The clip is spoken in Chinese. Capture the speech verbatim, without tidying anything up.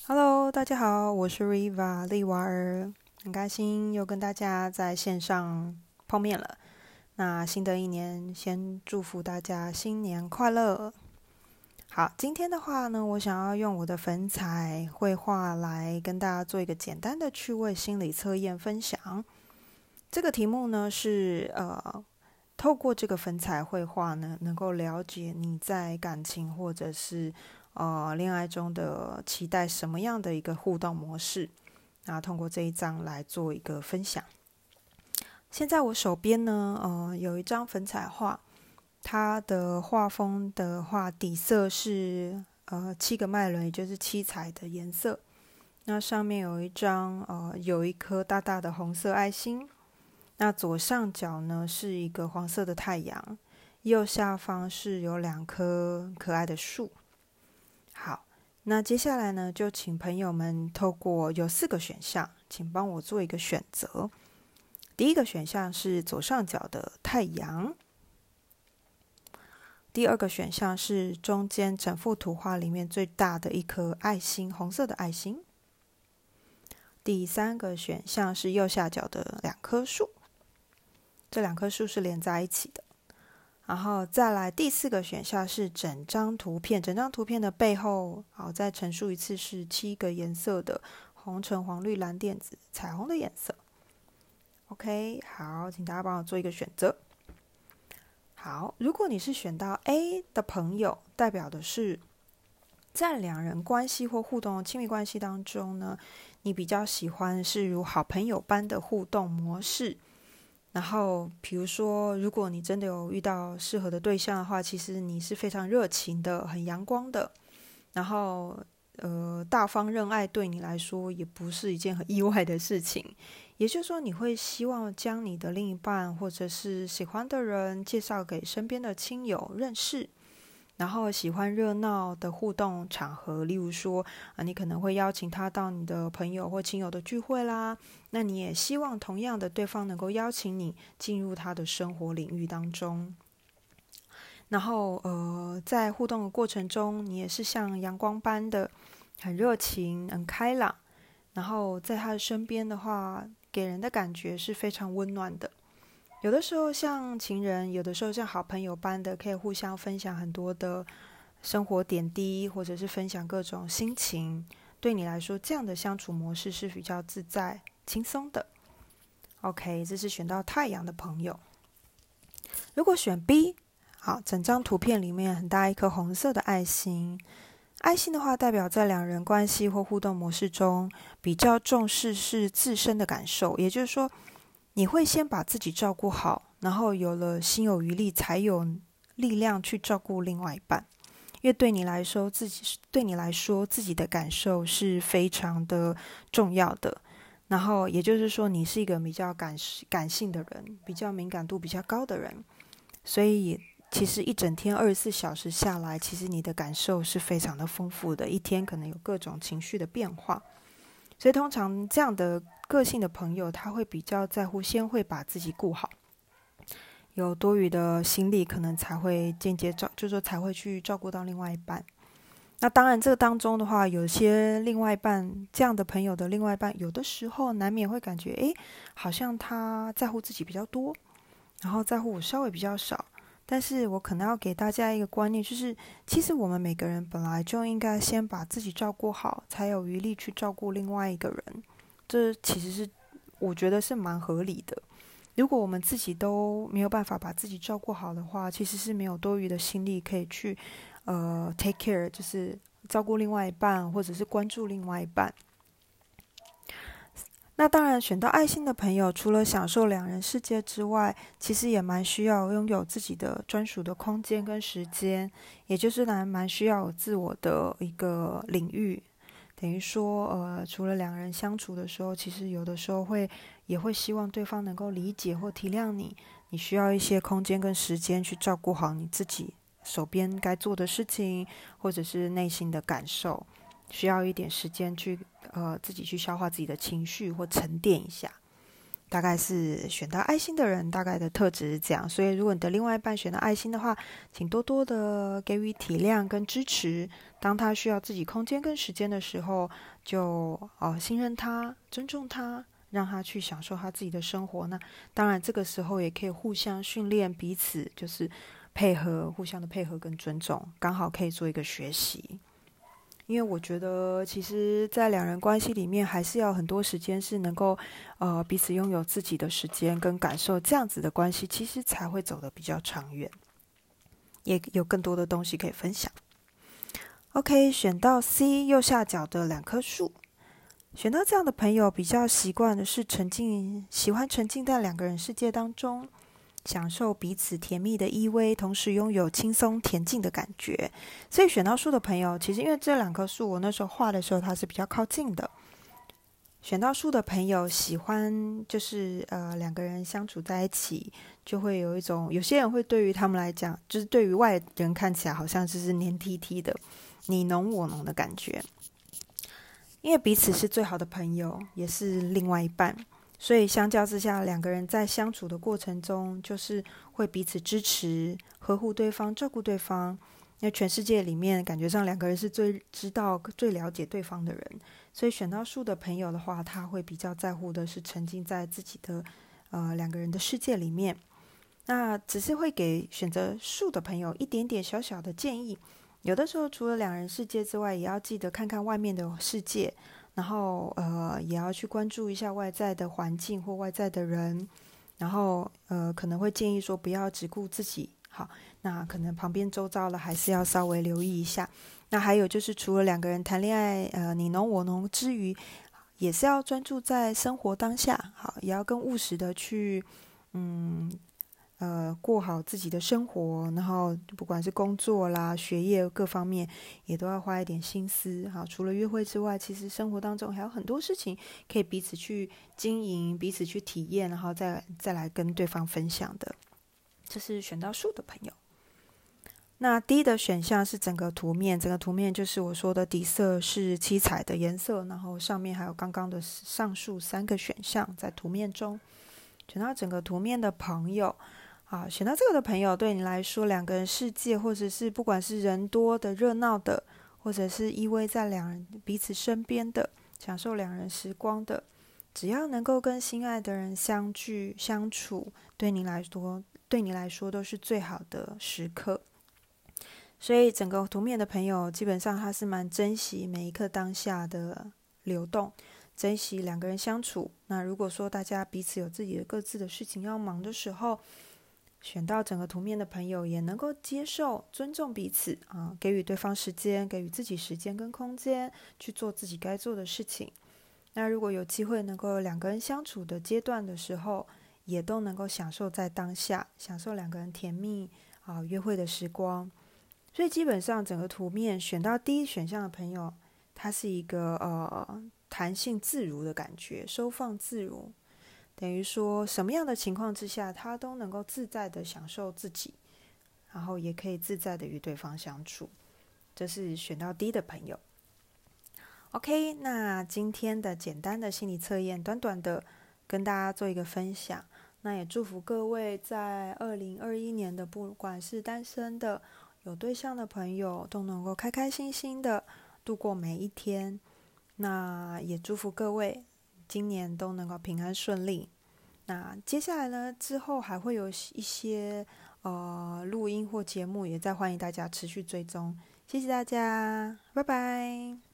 Hello，大家好，我是 Riva 丽娃儿，很开心又跟大家在线上碰面了。那新的一年，先祝福大家新年快乐。好，今天的话呢，我想要用我的粉彩绘画来跟大家做一个简单的趣味心理测验分享。这个题目呢是呃，透过这个粉彩绘画呢，能够了解你在感情或者是呃恋爱中的期待什么样的一个互动模式。那通过这一张来做一个分享。现在我手边呢，呃，有一张粉彩画，它的画风的话，底色是呃七个脉轮，也就是七彩的颜色。那上面有一张呃有一颗大大的红色爱心。那左上角呢是一个黄色的太阳，右下方是有两棵可爱的树。好，那接下来呢，就请朋友们透过有四个选项，请帮我做一个选择。第一个选项是左上角的太阳，第二个选项是中间整幅图画里面最大的一颗爱心，红色的爱心。第三个选项是右下角的两棵树，这两棵树是连在一起的。然后再来第四个选项是整张图片，整张图片的背后，好，再陈述一次是七个颜色的红橙黄绿蓝靛紫彩虹的颜色。OK， 好，请大家帮我做一个选择。好，如果你是选到 A 的朋友，代表的是在两人关系或互动亲密关系当中呢，你比较喜欢是如好朋友般的互动模式。然后比如说，如果你真的有遇到适合的对象的话，其实你是非常热情的，很阳光的。然后呃，大方认爱对你来说也不是一件很意外的事情。也就是说，你会希望将你的另一半或者是喜欢的人介绍给身边的亲友认识。然后喜欢热闹的互动场合，例如说啊，你可能会邀请他到你的朋友或亲友的聚会啦。那你也希望同样的对方能够邀请你进入他的生活领域当中。然后呃，在互动的过程中，你也是像阳光般的很热情、很开朗。然后在他的身边的话，给人的感觉是非常温暖的。有的时候像情人，有的时候像好朋友般的，可以互相分享很多的生活点滴，或者是分享各种心情。对你来说，这样的相处模式是比较自在、轻松的。OK， 这是选到太阳的朋友。如果选 B， 好，整张图片里面很大一颗红色的爱心。爱心的话，代表在两人关系或互动模式中，比较重视是自身的感受，也就是说，你会先把自己照顾好，然后有了心有余力，才有力量去照顾另外一半。因为对你来说，自己对你来说，自己的感受是非常的重要的。然后也就是说，你是一个比较感感性的人，比较敏感度比较高的人，所以其实一整天二十四小时下来，其实你的感受是非常的丰富的，一天可能有各种情绪的变化。所以通常这样的个性的朋友，他会比较在乎，先会把自己顾好，有多余的心力，可能才会间接照，就是说才会去照顾到另外一半。那当然，这个当中的话，有些另外一半这样的朋友的另外一半，有的时候难免会感觉，诶，好像他在乎自己比较多，然后在乎我稍微比较少。但是我可能要给大家一个观念，就是其实我们每个人本来就应该先把自己照顾好，才有余力去照顾另外一个人。这其实是我觉得是蛮合理的。如果我们自己都没有办法把自己照顾好的话，其实是没有多余的心力可以去呃 take care， 就是照顾另外一半，或者是关注另外一半。那当然，选到爱心的朋友，除了享受两人世界之外，其实也蛮需要拥有自己的专属的空间跟时间，也就是蛮蛮需要有自我的一个领域。等于说，呃，除了两人相处的时候，其实有的时候会也会希望对方能够理解或体谅你，你需要一些空间跟时间去照顾好你自己手边该做的事情，或者是内心的感受。需要一点时间去呃自己去消化自己的情绪或沉淀一下。 大概是选到爱心的人大概的特质是这样，所以如果你的另外一半选到爱心的话，请多多的给予体谅跟支持。当他需要自己空间跟时间的时候，就呃信任他，尊重他，让他去享受他自己的生活。那当然这个时候也可以互相训练彼此，就是配合，互相的配合跟尊重，刚好可以做一个学习。因为我觉得其实在两人关系里面还是要很多时间是能够呃彼此拥有自己的时间跟感受，这样子的关系其实才会走得比较长远，也有更多的东西可以分享。OK， 选到 C 右下角的两棵树，选到这样的朋友比较习惯的是沉浸，喜欢沉浸在两个人世界当中，享受彼此甜蜜的依偎，同时拥有轻松恬静的感觉。所以选到树的朋友，其实因为这两棵树我那时候画的时候它是比较靠近的，选到树的朋友喜欢就是呃两个人相处在一起，就会有一种，有些人会对于他们来讲，就是对于外人看起来好像就是黏 T T 的你侬我侬的感觉，因为彼此是最好的朋友，也是另外一半，所以相较之下，两个人在相处的过程中，就是会彼此支持、呵护对方、照顾对方。因为全世界里面，感觉上两个人是最知道、最了解对方的人，所以选到树的朋友的话，他会比较在乎的是沉浸在自己的呃两个人的世界里面。那只是会给选择树的朋友一点点小小的建议，有的时候除了两人世界之外，也要记得看看外面的世界。然后呃也要去关注一下外在的环境或外在的人，然后呃可能会建议说不要只顾自己，好，那可能旁边周遭的还是要稍微留意一下。那还有就是除了两个人谈恋爱呃你侬我侬之余，也是要专注在生活当下，好，也要更务实的去嗯呃，过好自己的生活，然后不管是工作啦、学业各方面，也都要花一点心思。好，除了约会之外，其实生活当中还有很多事情可以彼此去经营、彼此去体验，然后再再来跟对方分享的。这是选到树的朋友。那 D 的选项是整个图面，整个图面就是我说的底色是七彩的颜色，然后上面还有刚刚的上述三个选项在图面中。选到整个图面的朋友。好，选到这个的朋友，对你来说，两个人世界，或者是不管是人多的、热闹的，或者是依偎在两人彼此身边的，享受两人时光的，只要能够跟心爱的人相聚相处，对你来说，对你来说都是最好的时刻。所以整个图面的朋友，基本上他是蛮珍惜每一刻当下的流动，珍惜两个人相处。那如果说大家彼此有自己的各自的事情要忙的时候，选到整个图面的朋友也能够接受、尊重彼此啊，给予对方时间，给予自己时间跟空间，去做自己该做的事情。那如果有机会能够有两个人相处的阶段的时候，也都能够享受在当下，享受两个人甜蜜啊约会的时光。所以基本上整个图面选到第一选项的朋友，它是一个呃弹性自如的感觉，收放自如。等于说什么样的情况之下，他都能够自在的享受自己，然后也可以自在的与对方相处。这是选到 D 的朋友。OK， 那今天的简单的心理测验，短短的跟大家做一个分享。那也祝福各位在二零二一年的，不管是单身的、有对象的朋友，都能够开开心心的度过每一天。那也祝福各位今年都能够平安顺利。那接下来呢，之后还会有一些呃录音或节目，也再欢迎大家持续追踪。谢谢大家，拜拜。